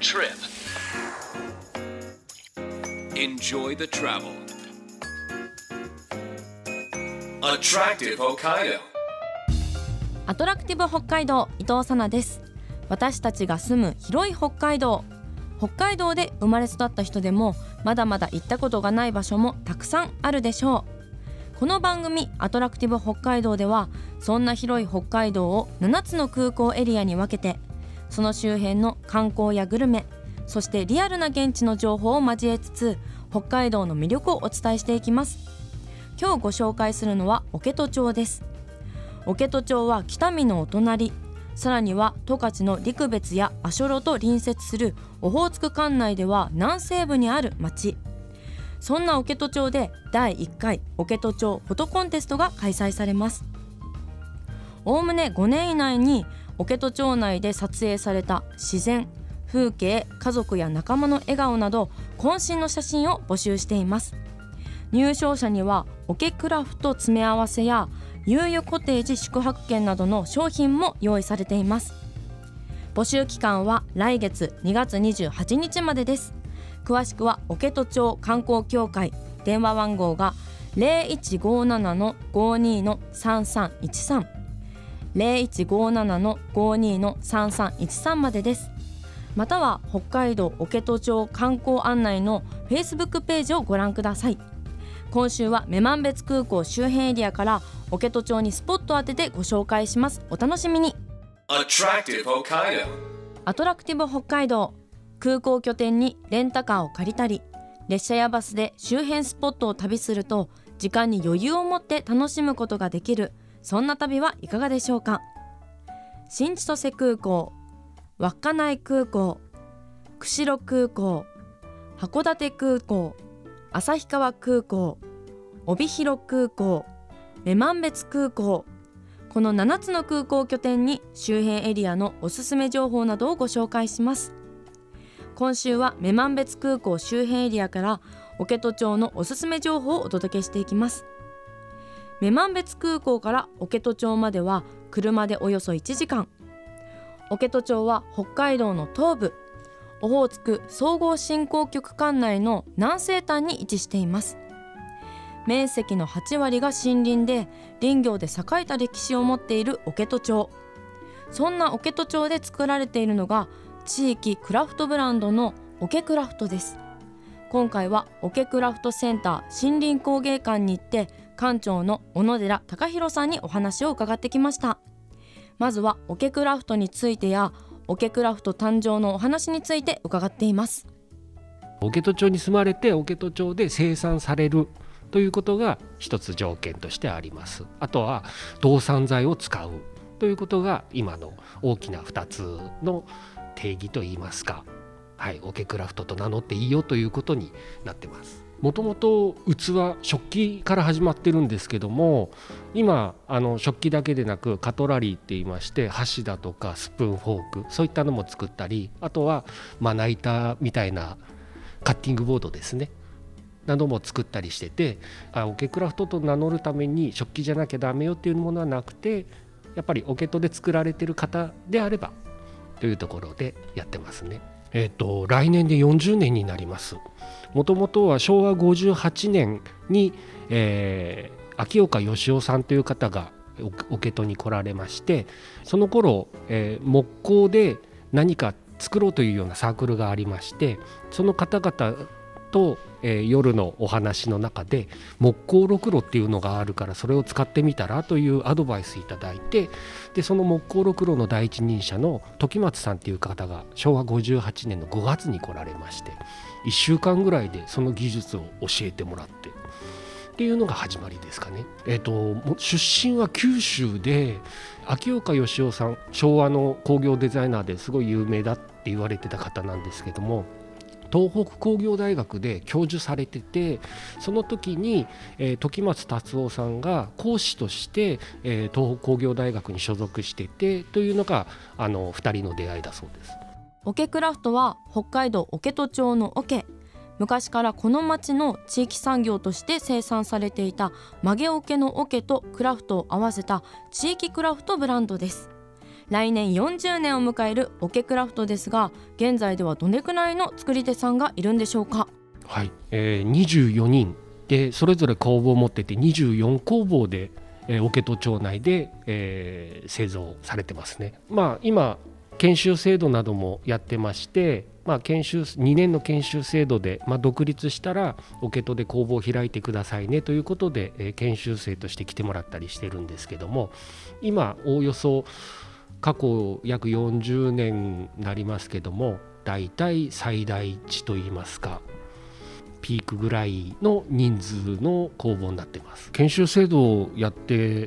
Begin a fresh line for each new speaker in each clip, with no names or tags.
trip. Enjoy the travel. Attractive Hokkaido.
アトラクティブ北海道、伊藤さなです。私たちが住む広い北海道で生まれ育った人でもまだまだ行ったことがない場所もたくさんあるでしょう。この番組アトラクティブ北海道ではそんな広い北海道を7つの空港エリアに分けて、その周辺の観光やグルメ、そしてリアルな現地の情報を交えつつ北海道の魅力をお伝えしていきます。今日ご紹介するのは置戸町です。置戸町は北見のお隣、さらには十勝の陸別や足寄と隣接するオホーツク管内では南西部にある町。そんな置戸町で第1回置戸町フォトコンテストが開催されます。おおむね5年以内に置戸町内で撮影された自然、風景、家族や仲間の笑顔など渾身の写真を募集しています。入賞者には桶クラフト詰め合わせや猶予コテージ宿泊券などの商品も用意されています。募集期間は来月2月28日までです。詳しくは置戸町観光協会、電話番号が 0157-52-3313 0157-52-3313 までです。または北海道置戸町観光案内の Facebook ページをご覧ください。今週は女満別空港周辺エリアから置戸町にスポットを当ててご紹介します。お楽しみに。
Attractive Hokkaido.
アトラクティブ北海道、空港拠点にレンタカーを借りたり列車やバスで周辺スポットを旅すると時間に余裕を持って楽しむことができる、そんな旅はいかがでしょうか。新千歳空港、稚内空港、釧路空港、函館空港、旭川空港、帯広空港、女満別空港、この7つの空港拠点に周辺エリアのおすすめ情報などをご紹介します。今週は女満別空港周辺エリアから置戸町のおすすめ情報をお届けしていきます。女満別空港から置戸町までは車でおよそ1時間。置戸町は北海道の東部、オホーツク総合振興局管内の南西端に位置しています。面積の8割が森林で林業で栄えた歴史を持っている置戸町。そんな置戸町で作られているのが地域クラフトブランドの桶クラフトです。今回は桶クラフトセンター森林工芸館に行って館長の小野寺隆弘さんにお話を伺ってきました。まずは桶クラフトについてや桶クラフト誕生のお話について伺っています。
置戸町に住まれて置戸町で生産されるということが一つ条件としてあります。あとは動産材を使うということが今の大きな2つの定義といいますか、はい、桶クラフトと名乗っていいよということになってます。もともと器、食器から始まってるんですけども、今食器だけでなくカトラリーって言いまして箸だとかスプーン、フォーク、そういったのも作ったり、あとはまな板みたいなカッティングボードですねなども作ったりしてて、桶クラフトと名乗るために食器じゃなきゃダメよっていうものはなくて、やっぱり桶戸で作られてる方であればというところでやってますね。来年で40年になります。もともとは昭和58年に、秋岡義雄さんという方が桶戸に来られまして、その頃、木工で何か作ろうというようなサークルがありまして、その方々と、夜のお話の中で木工ろくろっていうのがあるからそれを使ってみたらというアドバイスいただいて、でその木工ろくろの第一人者の時松さんっていう方が昭和58年の5月に来られまして、1週間ぐらいでその技術を教えてもらってっていうのが始まりですかね。出身は九州で、秋岡義雄さん、昭和の工業デザイナーですごい有名だって言われてた方なんですけども、東北工業大学で教授されてて、その時に、時松達夫さんが講師として、東北工業大学に所属しててというのが2人の出会いだそうです。
桶クラフトは北海道置戸町の桶、昔からこの町の地域産業として生産されていた曲げ桶の桶とクラフトを合わせた地域クラフトブランドです。 来年40年を迎える桶クラフトですが、現在ではどれくらいの作り手さんがいるんでしょうか？
はい、24人でそれぞれ工房を持ってて24工房で、桶戸町内で、製造されてますね。今研修制度などもやってまして、2年の研修制度で、独立したら桶戸で工房を開いてくださいねということで、研修生として来てもらったりしてるんですけども、今おおよそ過去約40年になりますけども、だいたい最大値といいますかピークぐらいの人数の工房になっています。研修制度をやって、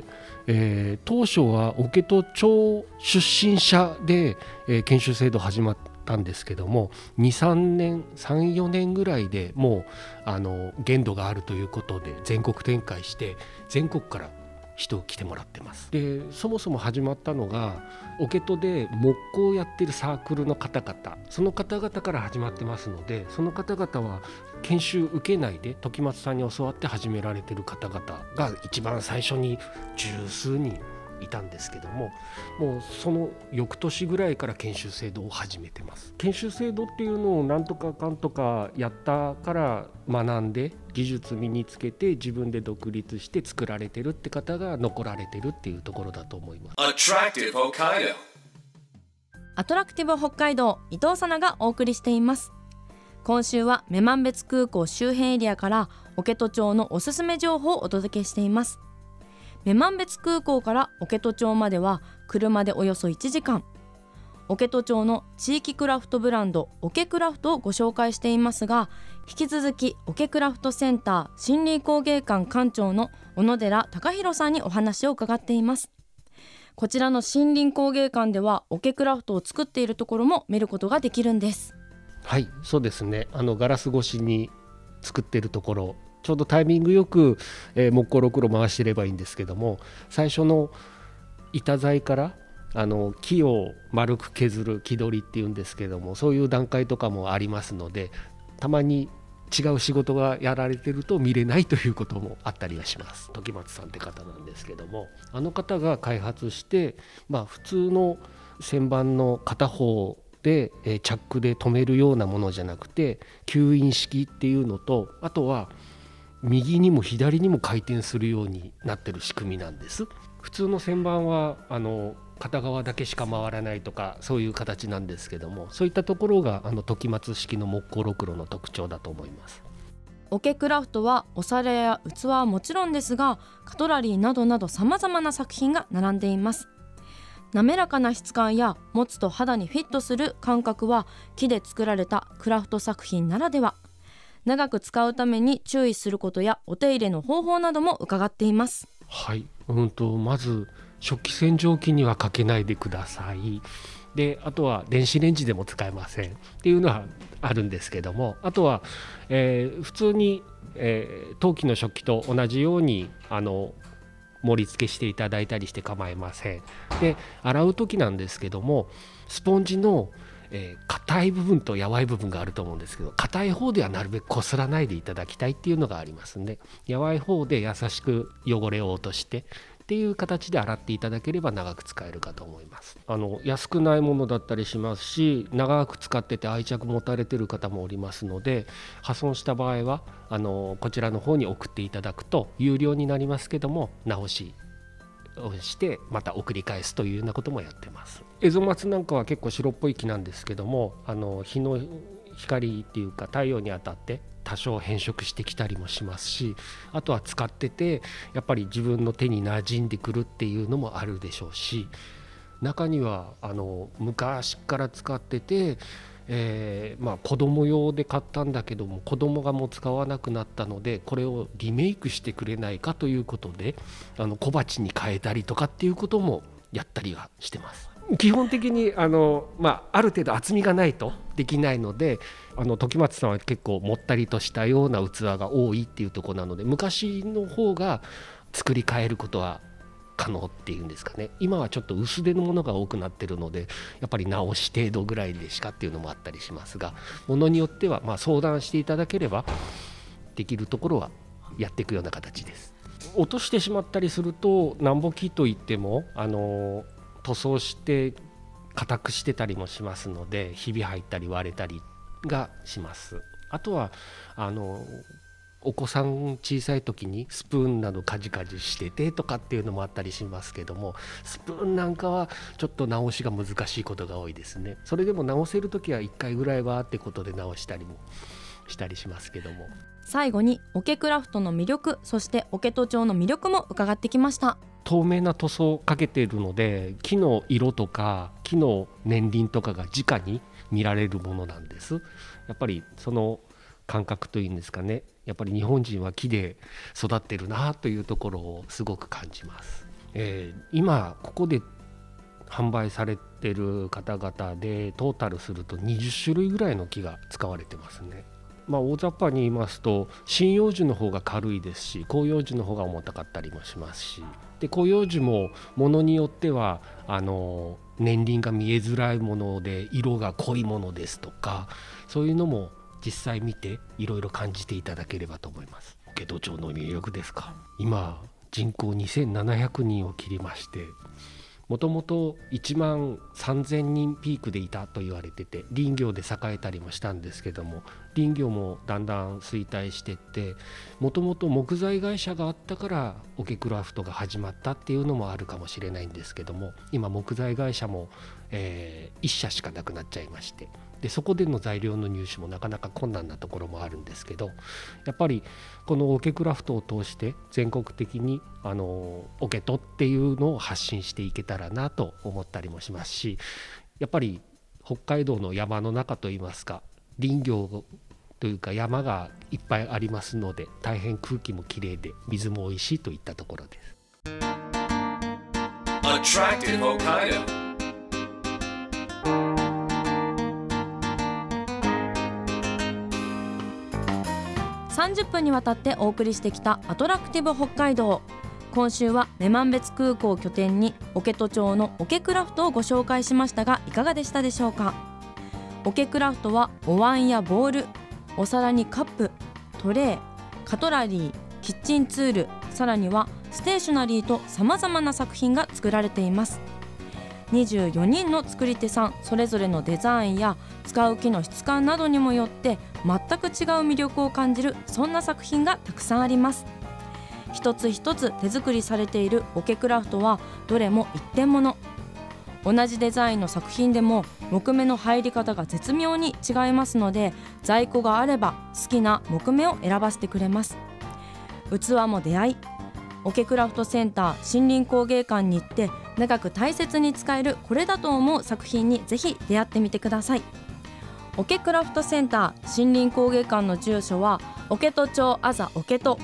当初は桶戸町出身者で、研修制度始まったんですけども、3、4年ぐらいでもう限度があるということで全国展開して全国から人を来てもらってます。でそもそも始まったのが桶戸で木工をやってるサークルの方々、その方々から始まってますので、その方々は研修受けないで時松さんに教わって始められてる方々が一番最初に十数人いたんですけども、もうその翌年ぐらいから研修制度を始めてます。研修制度っていうのをなんとかかんとかやったから学んで技術身につけて自分で独立して作られてるって方が残られてるっていうところだと思います。
Attractive Hokkaido.
アトラクティブ北海道、伊藤さながお送りしています。今週は女満別空港周辺エリアから桶戸町のおすすめ情報をお届けしています。女満別空港から桶戸町までは車でおよそ1時間。桶戸町の地域クラフトブランド桶クラフトをご紹介していますが、引き続き桶クラフトセンター森林工芸館館長の小野寺貴弘さんにお話を伺っています。こちらの森林工芸館では桶クラフトを作っているところも見ることができるんです。
はい、そうですね。ガラス越しに作っているところ、ちょうどタイミングよく、木工ろくろ回してればいいんですけども、最初の板材から木を丸く削る木取りっていうんですけども、そういう段階とかもありますので、たまに違う仕事がやられてると見れないということもあったりはします。時松さんって方なんですけども、あの方が開発して、普通の旋盤の片方でチャックで止めるようなものじゃなくて吸引式っていうのと、あとは右にも左にも回転するようになってる仕組みなんです。普通の旋盤は片側だけしか回らないとかそういう形なんですけども、そういったところが時松式の木工ろくろの特徴だと思います。
桶クラフトはお皿や器はもちろんですが、カトラリーなどなどさまざまな作品が並んでいます。滑らかな質感や持つと肌にフィットする感覚は木で作られたクラフト作品ならでは。長く使うために注意することやお手入れの方法なども伺っています。
はい、まず食器洗浄機にはかけないでください。であとは電子レンジでも使えませんっていうのはあるんですけども、あとは、普通に、陶器の食器と同じように盛り付けしていただいたりして構いません。で洗う時なんですけども、スポンジの硬い部分と柔い部分があると思うんですけど、硬い方ではなるべくこすらないでいただきたいっていうのがありますんで、柔い方で優しく汚れを落としてっていう形で洗っていただければ長く使えるかと思います。安くないものだったりしますし、長く使ってて愛着持たれてる方もおりますので、破損した場合はこちらの方に送っていただくと有料になりますけども、直しをしてまた送り返すというようなこともやってます。エゾマツなんかは結構白っぽい木なんですけども、日の光っていうか太陽に当たって多少変色してきたりもしますし、あとは使っててやっぱり自分の手に馴染んでくるっていうのもあるでしょうし、中には昔から使ってて、子供用で買ったんだけども子供がもう使わなくなったのでこれをリメイクしてくれないかということで小鉢に変えたりとかっていうこともやったりはしてます。基本的にある程度厚みがないとできないので、時松さんは結構もったりとしたような器が多いっていうところなので、昔の方が作り変えることは可能っていうんですかね。今はちょっと薄手のものが多くなってるのでやっぱり直し程度ぐらいでしかっていうのもあったりしますが、ものによっては相談していただければできるところはやっていくような形です。落としてしまったりするとなんぼ木といっても塗装して硬くしてたりもしますので、ひび入ったり割れたりがします。あとはお子さん小さい時にスプーンなどカジカジしててとかっていうのもあったりしますけども、スプーンなんかはちょっと直しが難しいことが多いですね。それでも直せる時は1回ぐらいはってことで直したりもしたりしますけども。
最後にオケクラフトの魅力、そしてオケ都庁の魅力も伺ってきました。
透明な塗装をかけているので、木の色とか木の年輪とかが直に見られるものなんです。やっぱりその感覚というんですかね、やっぱり日本人は木で育ってるなというところをすごく感じます。今ここで販売されてる方々でトータルすると20種類ぐらいの木が使われてますね。大雑把に言いますと、針葉樹の方が軽いですし、広葉樹の方が重たかったりもしますし、で広葉樹もものによっては年輪が見えづらいもので色が濃いものですとか、そういうのも実際見ていろいろ感じていただければと思います。オケ都庁の魅力ですか。今人口2700人を切りまして、もともと1万3000人ピークでいたと言われてて、林業で栄えたりもしたんですけども、林業もだんだん衰退していって、もともと木材会社があったからオケクラフトが始まったっていうのもあるかもしれないんですけども、今木材会社も、1社しかなくなっちゃいまして、でそこでの材料の入手もなかなか困難なところもあるんですけど、やっぱりこのオケクラフトを通して全国的にオケトっていうのを発信していけたらなと思ったりもしますし、やっぱり北海道の山の中といいますか、林業というか山がいっぱいありますので、大変空気もきれいで水もおいしいといったところです。
Attractive Hokkaido.
30分にわたってお送りしてきたアトラクティブ北海道。今週は女満別空港を拠点にオケ都庁のオケクラフトをご紹介しましたが、いかがでしたでしょうか。オケクラフトはお椀やボウル、お皿にカップ、トレー、カトラリー、キッチンツール、さらにはステーショナリーとさまざまな作品が作られています。24人の作り手さんそれぞれのデザインや使う木の質感などにもよって全く違う魅力を感じる、そんな作品がたくさんあります。一つ一つ手作りされているオケクラフトはどれも一点物。同じデザインの作品でも木目の入り方が絶妙に違いますので、在庫があれば好きな木目を選ばせてくれます。器も出会い、オケクラフトセンター森林工芸館に行って長く大切に使えるこれだと思う作品にぜひ出会ってみてください。オケクラフトセンター森林工芸館の住所はオケ都町あざオケ都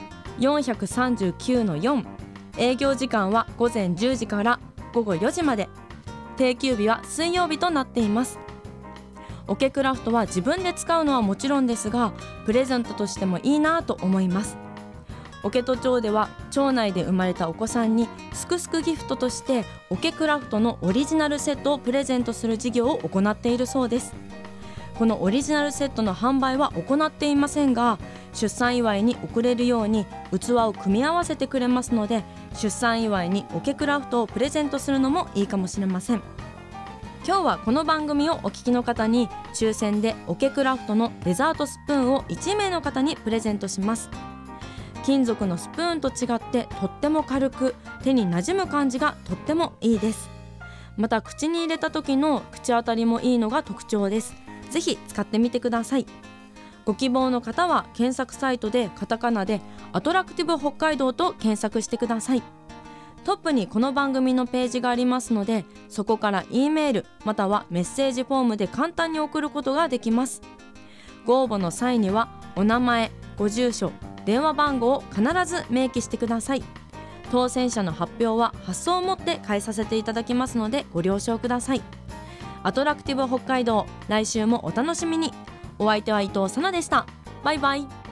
439-4、 営業時間は午前10時から午後4時まで、定休日は水曜日となっています。オケクラフトは自分で使うのはもちろんですが、プレゼントとしてもいいなと思います。オケ都町では町内で生まれたお子さんにすくすくギフトとしてオケクラフトのオリジナルセットをプレゼントする事業を行っているそうです。このオリジナルセットの販売は行っていませんが、出産祝いに贈れるように器を組み合わせてくれますので、出産祝いにオケクラフトをプレゼントするのもいいかもしれません。今日はこの番組をお聞きの方に抽選でオケクラフトのデザートスプーンを1名の方にプレゼントします。金属のスプーンと違ってとっても軽く、手に馴染む感じがとってもいいです。また口に入れた時の口当たりもいいのが特徴です。ぜひ使ってみてください。ご希望の方は検索サイトでカタカナでアトラクティブ北海道と検索してください。トップにこの番組のページがありますので、そこから E メールまたはメッセージフォームで簡単に送ることができます。ご応募の際にはお名前、ご住所、電話番号を必ず明記してください。当選者の発表は発送をもって返させていただきますのでご了承ください。アトラクティブ北海道、来週もお楽しみに。お相手は伊藤さなでした。バイバイ。